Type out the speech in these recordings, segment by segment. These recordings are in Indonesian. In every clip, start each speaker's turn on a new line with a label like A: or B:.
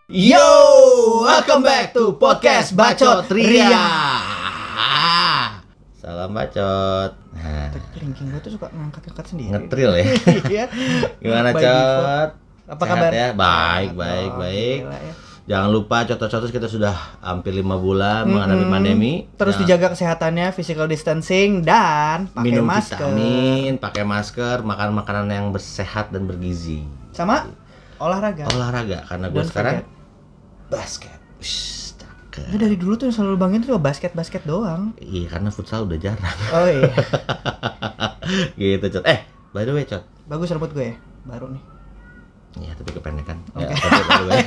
A: Yo, welcome back to podcast Bacot Ria. Salam bacot. Nah,
B: Kelingking gue tuh suka ngangkat-ngangkat sendiri.
A: ngetril ya.
B: Iya.
A: Gimana
B: By
A: Cot?
B: default. Apa
A: Sehat
B: kabar?
A: ya? Baik,
B: Sehat
A: baik,
B: dong,
A: baik.
B: gila ya.
A: Jangan lupa Cotos kita sudah hampir 5 bulan menghadapi pandemi.
B: Terus
A: Jangan
B: dijaga kesehatannya, physical distancing, dan pakai
A: minum
B: masker.
A: vitamin, pakai masker, makan makanan yang sehat dan bergizi.
B: Sama olahraga.
A: Olahraga karena gue
B: Don't
A: sekarang
B: forget.
A: basket. Ush, cakep.
B: Nah, dari dulu tuh yang selalu bangin tuh basket doang.
A: Iya, karena futsal udah jarang.
B: Oh iya.
A: Gitu, Cot. By the way, Cot.
B: Bagus rambut gue ya, baru nih.
A: Iya, tapi kependekan.
B: Oke.
A: Ya, tapi by the way.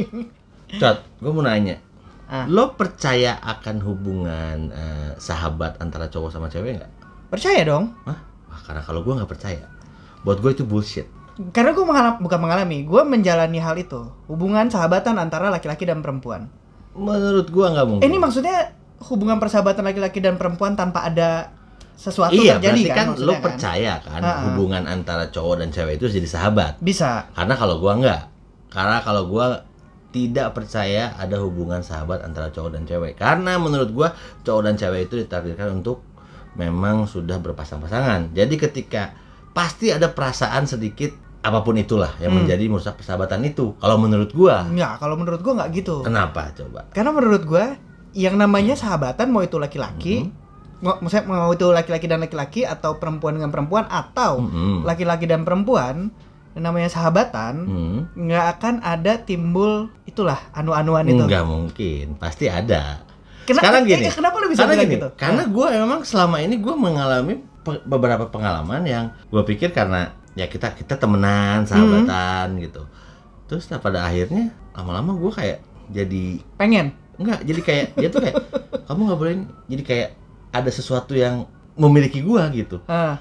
A: Cot, gue mau nanya.
B: Ah.
A: Lo percaya akan hubungan sahabat antara cowok sama cewek nggak?
B: Percaya dong.
A: Hah? Wah, karena kalau gue nggak percaya. Buat gue itu bullshit.
B: Karena gue bukan mengalami, gue menjalani hal itu. Hubungan sahabatan antara laki-laki dan perempuan.
A: Menurut gue nggak mungkin.
B: Ini maksudnya hubungan persahabatan laki-laki dan perempuan tanpa ada sesuatu
A: iya,
B: terjadi
A: berarti
B: kan?
A: kan lo percaya kan hubungan antara cowok dan cewek itu jadi sahabat.
B: Bisa.
A: Karena kalau gue nggak. Karena kalau gue tidak percaya ada hubungan sahabat antara cowok dan cewek. Karena menurut gue cowok dan cewek itu ditakdirkan untuk memang sudah berpasang-pasangan. Jadi ketika pasti ada perasaan sedikit apapun itulah yang menjadi merusak persahabatan itu. Kalau menurut gua.
B: Ya, kalau menurut gua nggak gitu.
A: Kenapa coba?
B: Karena menurut gua yang namanya sahabatan mau itu laki-laki, maksudnya mau itu laki-laki dan laki-laki atau perempuan dengan perempuan atau laki-laki dan perempuan, yang namanya sahabatan nggak akan ada timbul itulah anu-anuan itu.
A: Nggak mungkin, pasti ada.
B: Sekarang
A: gini.
B: Kenapa lu bisa bilang gitu?
A: Karena gua memang selama ini gua mengalami beberapa pengalaman yang gua pikir karena ya kita temenan, sahabatan gitu. Terus pada akhirnya lama-lama gue kayak jadi jadi kayak dia tuh kayak kamu nggak boleh, jadi kayak ada sesuatu yang memiliki gue gitu.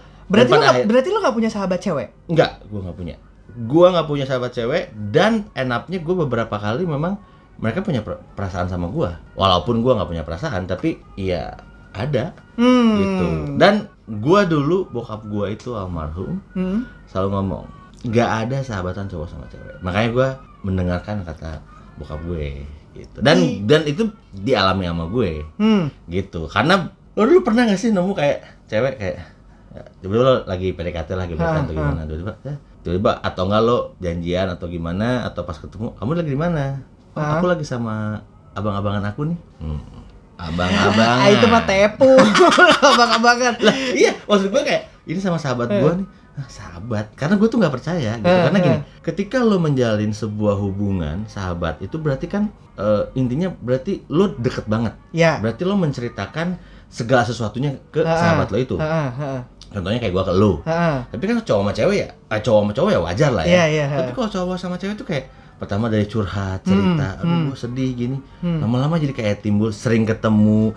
B: Berarti lo nggak punya sahabat cewek?
A: Enggak, gue nggak punya. Gue nggak punya sahabat cewek dan enaknya gue beberapa kali memang mereka punya perasaan sama gue. Walaupun gue nggak punya perasaan, tapi ya ada gitu. Dan gue dulu bokap gue itu almarhum selalu ngomong nggak ada sahabatan cowok sama cewek. Makanya gue mendengarkan kata bokap gue gitu. Dan itu dialami sama gue gitu. Karena lo dulu pernah nggak sih nemu kayak cewek kayak tiba-tiba lo lagi PDKT lagi atau gimana tiba-tiba atau enggak lo janjian atau gimana atau pas ketemu kamu lagi di mana? Oh, aku lagi sama abang-abangan aku nih. Abang-abangan.
B: Itu mah tepu. Abang-abangan.
A: Lah, iya, maksud gue kayak ini sama sahabat gue nih. Sahabat, karena gue tuh nggak percaya gitu. Karena gini, ketika lo menjalin sebuah hubungan sahabat itu berarti kan intinya berarti lo deket banget.
B: Ya.
A: Berarti lo menceritakan segala sesuatunya ke sahabat lo itu. Contohnya kayak gue ke lo. Tapi kan cowok sama cewek ya, cowok sama cowok ya wajar lah ya. Tapi kalau cowok sama cewek tuh kayak pertama dari curhat, cerita, aduh gue sedih gini. Lama-lama jadi kayak timbul sering ketemu,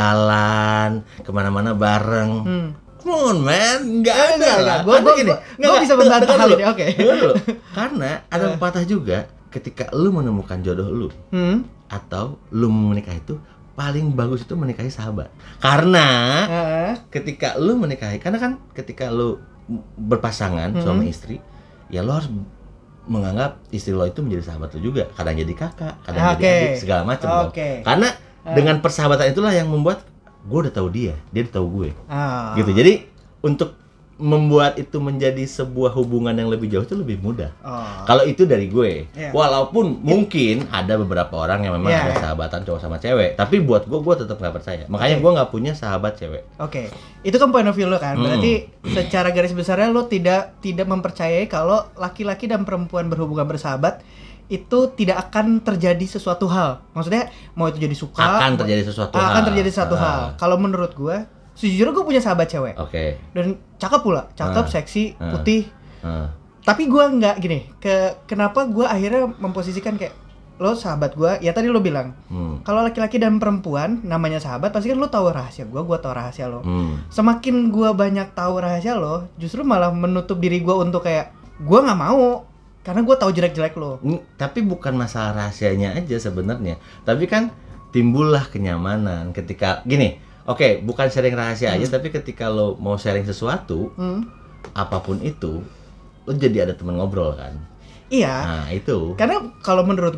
A: jalan kemana-mana bareng. Come on man, nggak ada.
B: Gue bisa membantah hal ini, oke.
A: Karena ada pepatah juga, ketika lu menemukan jodoh lu atau lu menikah itu paling bagus itu menikahi sahabat. Karena ketika lu menikahi, karena kan ketika lu berpasangan suami istri, ya lu harus menganggap istri lo itu menjadi sahabat lo juga, kadang jadi kakak, kadang jadi adik, segala macam. Karena dengan persahabatan itulah yang membuat gue udah tahu dia udah tahu gue, gitu. Jadi untuk membuat itu menjadi sebuah hubungan yang lebih jauh itu lebih mudah. Kalau itu dari gue, walaupun mungkin ada beberapa orang yang memang ada sahabatan cowok sama cewek, tapi buat gue tetap nggak percaya. Makanya gue nggak punya sahabat cewek.
B: Itu kan point of view lo kan. Berarti secara garis besarnya lo tidak mempercayai kalau laki-laki dan perempuan berhubungan bersahabat itu tidak akan terjadi sesuatu hal. Maksudnya mau itu jadi suka
A: akan terjadi sesuatu
B: hal. Kalau menurut gue, sejujurnya gue punya sahabat cewek. Dan cakep pula, seksi, putih. Tapi gue nggak gini. Kenapa gue akhirnya memposisikan kayak lo sahabat gue? Ya tadi lo bilang, kalau laki-laki dan perempuan namanya sahabat, pasti kan lo tahu rahasia gue tahu rahasia lo. Semakin gue banyak tahu rahasia lo, justru malah menutup diri gue untuk kayak gue nggak mau. Karena gue tahu jelek-jelek lo.
A: Tapi bukan masalah rahasianya aja sebenarnya. Tapi kan timbullah kenyamanan ketika gini. Bukan sharing rahasia aja, tapi ketika lo mau sharing sesuatu, apapun itu, lo jadi ada teman ngobrol kan.
B: Iya.
A: Nah, itu.
B: Karena kalau menurut gue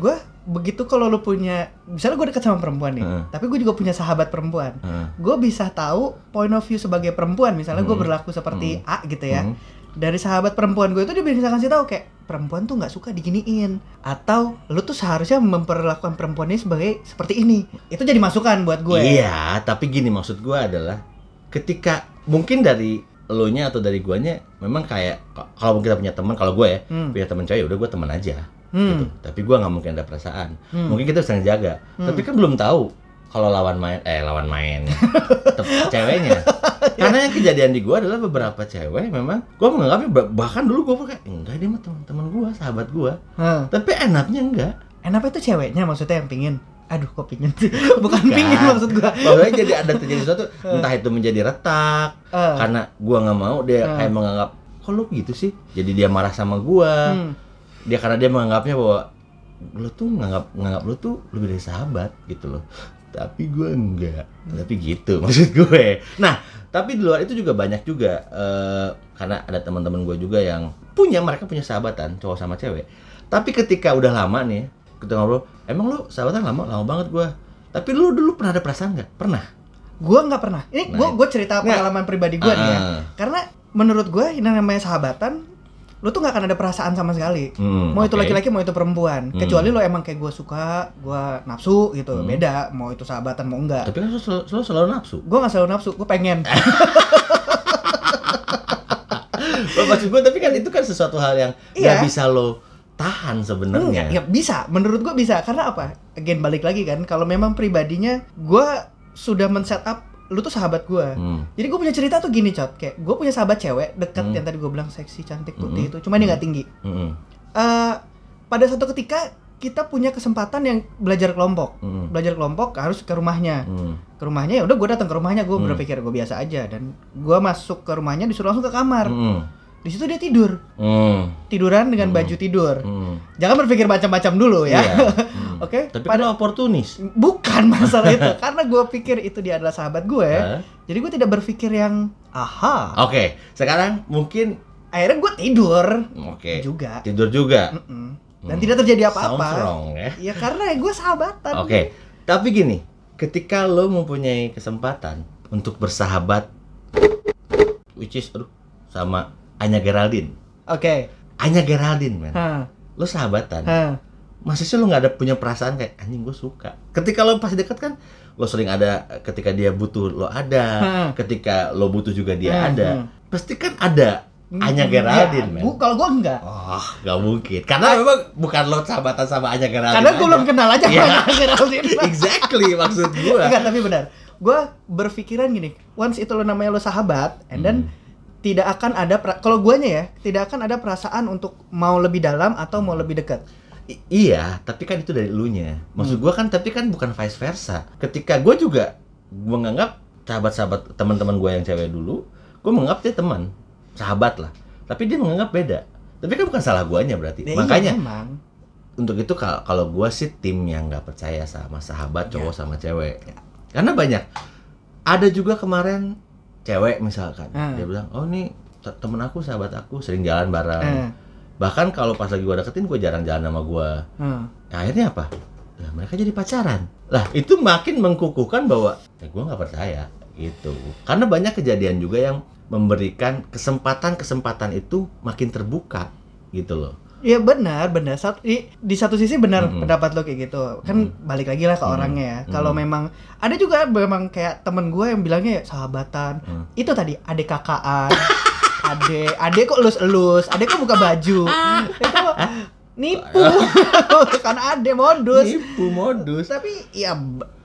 B: begitu kalau lu punya, misalnya gue deket sama perempuan nih, tapi gue juga punya sahabat perempuan, gue bisa tahu point of view sebagai perempuan, misalnya gue berlaku seperti A gitu ya, dari sahabat perempuan gue itu dia bisa kasih tahu kayak perempuan tuh nggak suka diginiin, atau lu tuh seharusnya memperlakukan perempuan ini sebagai seperti ini, itu jadi masukan buat gue.
A: Iya, tapi gini maksud gue adalah ketika mungkin dari elunya atau dari guanya memang kayak kalau kita punya teman, kalau gue ya punya teman cewek, udah gue teman aja. Gitu. Tapi gue nggak mungkin ada perasaan. Mungkin kita sedang jaga. Tapi kan belum tahu kalau lawan main ceweknya. Karena yang kejadian di gue adalah beberapa cewek memang gue menganggapnya, bahkan dulu gue kayak enggak, dia mah teman-teman gue, sahabat gue. Tapi enaknya enggak.
B: Enaknya itu ceweknya maksudnya yang pingin. Aduh, kok pingin sih? Bukan pingin maksud gue.
A: Maksudnya jadi ada terjadi sesuatu, entah itu menjadi retak karena gue nggak mau, dia kayak menganggap kok lu gitu sih. Jadi dia marah sama gue. Karena dia menganggapnya bahwa lu tuh nganggap lu tuh lebih dari sahabat gitu loh. Tapi gue enggak. Tapi gitu maksud gue. Nah, tapi di luar itu juga banyak juga karena ada teman-teman gue juga yang mereka punya sahabatan cowok sama cewek. Tapi ketika udah lama nih, kita ngobrol, emang lu sahabatan lama banget gue. Tapi lu dulu pernah ada perasaan nggak? Pernah?
B: Gue nggak pernah. Ini gue cerita pengalaman pribadi gue nih ya. Karena menurut gue ini namanya sahabatan, lu tuh nggak akan ada perasaan sama sekali. Mau itu laki-laki, mau itu perempuan. Kecuali lu emang kayak gue suka, gue nafsu gitu. Beda, mau itu sahabatan mau enggak.
A: Tapi kan lu selalu nafsu.
B: Gue nggak selalu nafsu, gue pengen.
A: Maksud gue, tapi kan itu kan sesuatu hal yang nggak bisa lo tahan sebenarnya.
B: Ya bisa, menurut gue bisa. Karena apa? Again, balik lagi kan, kalau memang pribadinya gue sudah men-set up lu tuh sahabat gue. Jadi gue punya cerita tuh gini, Cot. Kayak gue punya sahabat cewek deket yang tadi gue bilang seksi, cantik, putih itu. Cuma dia nggak tinggi. Pada suatu ketika kita punya kesempatan yang belajar kelompok. Belajar kelompok harus ke rumahnya. Ke rumahnya ya udah gue datang ke rumahnya, gue berpikir gue biasa aja, dan gue masuk ke rumahnya disuruh langsung ke kamar. Di situ dia tidur. Tiduran dengan baju tidur. Jangan berpikir macam-macam dulu ya. Oke.
A: Tapi kan oportunis.
B: Bukan masalah itu. Karena gue pikir itu dia adalah sahabat gue. Jadi gue tidak berpikir yang
A: Oke. Sekarang mungkin
B: akhirnya gue tidur.
A: Juga. Tidur juga.
B: Dan tidak terjadi apa-apa.
A: Sounds wrong ya.
B: Ya karena gue sahabatan.
A: Oke. Tapi gini, ketika lo mempunyai kesempatan untuk bersahabat, which is sama Anya Geraldine. Anya Geraldine, men. Lo sahabatan. Masa sih lo nggak ada punya perasaan kayak anjing gue suka. Ketika lo pas deket kan, lo sering ada. Ketika dia butuh lo ada. Ketika lo butuh juga dia ada. Pasti kan ada Anya Geraldine, men.
B: Kalau gue enggak.
A: Nggak mungkin. Karena memang bukan lo sahabatan sama Anya Geraldine.
B: Karena gue belum kenal aja Anya Geraldine.
A: Exactly maksud gue.
B: Enggak, tapi benar. Gue berpikiran gini, once itu lo namanya lo sahabat, and then tidak akan ada, kalau guanya ya, tidak akan ada perasaan untuk mau lebih dalam atau mau lebih dekat.
A: Iya, tapi kan itu dari elunya. Maksud gue kan, tapi kan bukan vice versa. Ketika gue juga menganggap sahabat-sahabat teman-teman gue yang cewek dulu, gue menganggap dia teman, sahabat lah. Tapi dia menganggap beda. Tapi kan bukan salah guanya berarti. Makanya untuk itu kalau gue sih tim yang nggak percaya sama sahabat cowok sama cewek. Karena banyak. Ada juga kemarin cewek misalkan, dia bilang, oh ini temen aku, sahabat aku, sering jalan bareng. Bahkan kalau pas lagi gue deketin, gue jarang jalan sama gue. Akhirnya apa? Ya, mereka jadi pacaran. Lah itu makin mengkukuhkan bahwa gue nggak percaya gitu. Karena banyak kejadian juga yang memberikan kesempatan itu makin terbuka gitu loh.
B: Iya benar. Di satu sisi benar pendapat lo kayak gitu. Kan balik lagi lah ke orangnya ya. Kalau memang ada juga memang kayak temen gue yang bilangnya ya, sahabatan. Itu tadi adek kakaan. Adek kok elus-elus. Adek kok buka baju. Itu nipu. Karena adek modus.
A: Nipu modus.
B: Tapi ya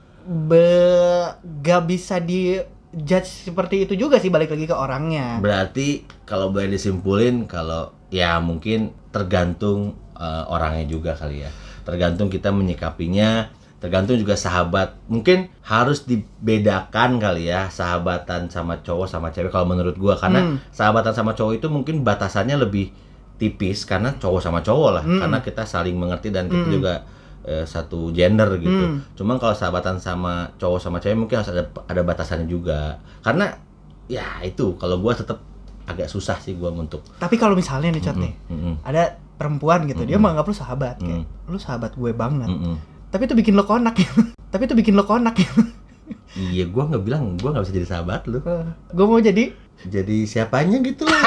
B: gak bisa di judge seperti itu juga sih, balik lagi ke orangnya.
A: Berarti kalau boleh disimpulin, kalau ya mungkin tergantung orangnya juga kali ya. Tergantung kita menyikapinya, tergantung juga sahabat. Mungkin harus dibedakan kali ya, sahabatan sama cowok sama cewek kalau menurut gua. Karena sahabatan sama cowok itu mungkin batasannya lebih tipis karena cowok sama cowok lah. Karena kita saling mengerti dan kita juga satu gender gitu. Cuman kalau sahabatan sama cowok sama cewek mungkin harus ada batasannya juga. Karena ya itu kalau gua tetap agak susah sih gua untuk.
B: Tapi kalau misalnya nih Cot nih, ada perempuan gitu, dia menganggap lu sahabat, kayak lu sahabat gue banget. Tapi itu bikin lo konak gitu.
A: Iya, gue nggak bilang gue nggak bisa jadi sahabat lu.
B: Gue mau jadi
A: siapanya gitu lah.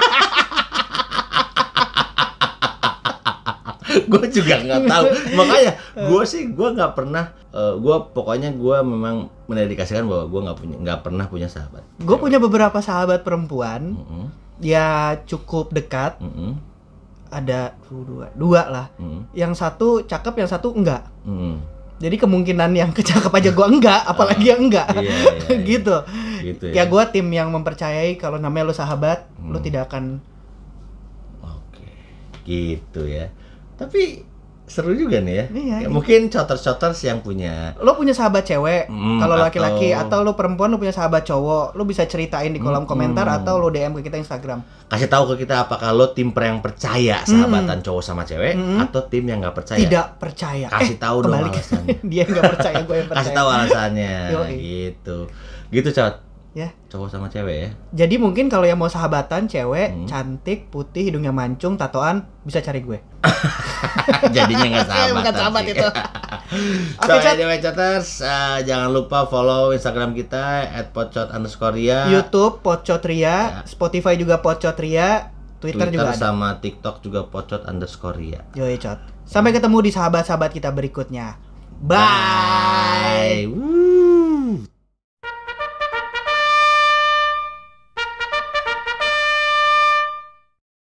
A: Gue juga nggak tahu. Makanya gue nggak pernah. Pokoknya gue memang mendedikasikan bahwa gue nggak pernah punya sahabat.
B: Gue punya beberapa sahabat perempuan. Ya cukup dekat. Ada dua lah. Yang satu cakep, yang satu enggak. Jadi kemungkinan yang kecakep aja gue enggak, apalagi yang enggak. Iya. Gitu ya. Gue tim yang mempercayai kalau namanya lu sahabat, lu tidak akan.
A: Oke, gitu ya. Tapi seru juga nih ya.
B: Iya.
A: Mungkin coters yang punya.
B: Lo punya sahabat cewek, kalau laki-laki, atau lo perempuan lo punya sahabat cowok, lo bisa ceritain di kolom komentar atau lo DM ke kita Instagram.
A: Kasih tahu ke kita apakah lo tim yang percaya sahabatan cowok sama cewek atau tim yang nggak percaya.
B: Tidak percaya.
A: Kasih tahu dong alasannya.
B: Dia nggak percaya, gue yang percaya.
A: Kasih tahu alasannya. Gitu Cot.
B: Ya.
A: Cowok sama cewek ya.
B: Jadi mungkin kalau yang mau sahabatan cewek, cantik, putih, hidungnya mancung, tatoan, bisa cari gue.
A: Jadinya nggak sahabatan.
B: Bukan sahabat itu.
A: Oke, anyway, Coters, jangan lupa follow Instagram kita @pocot_ria,
B: YouTube Pocotria, Spotify juga Pocotria, Twitter juga ada.
A: Sama TikTok juga Pocot_ria.
B: Yoi, Cot. Sampai ketemu di sahabat-sahabat kita berikutnya. Bye.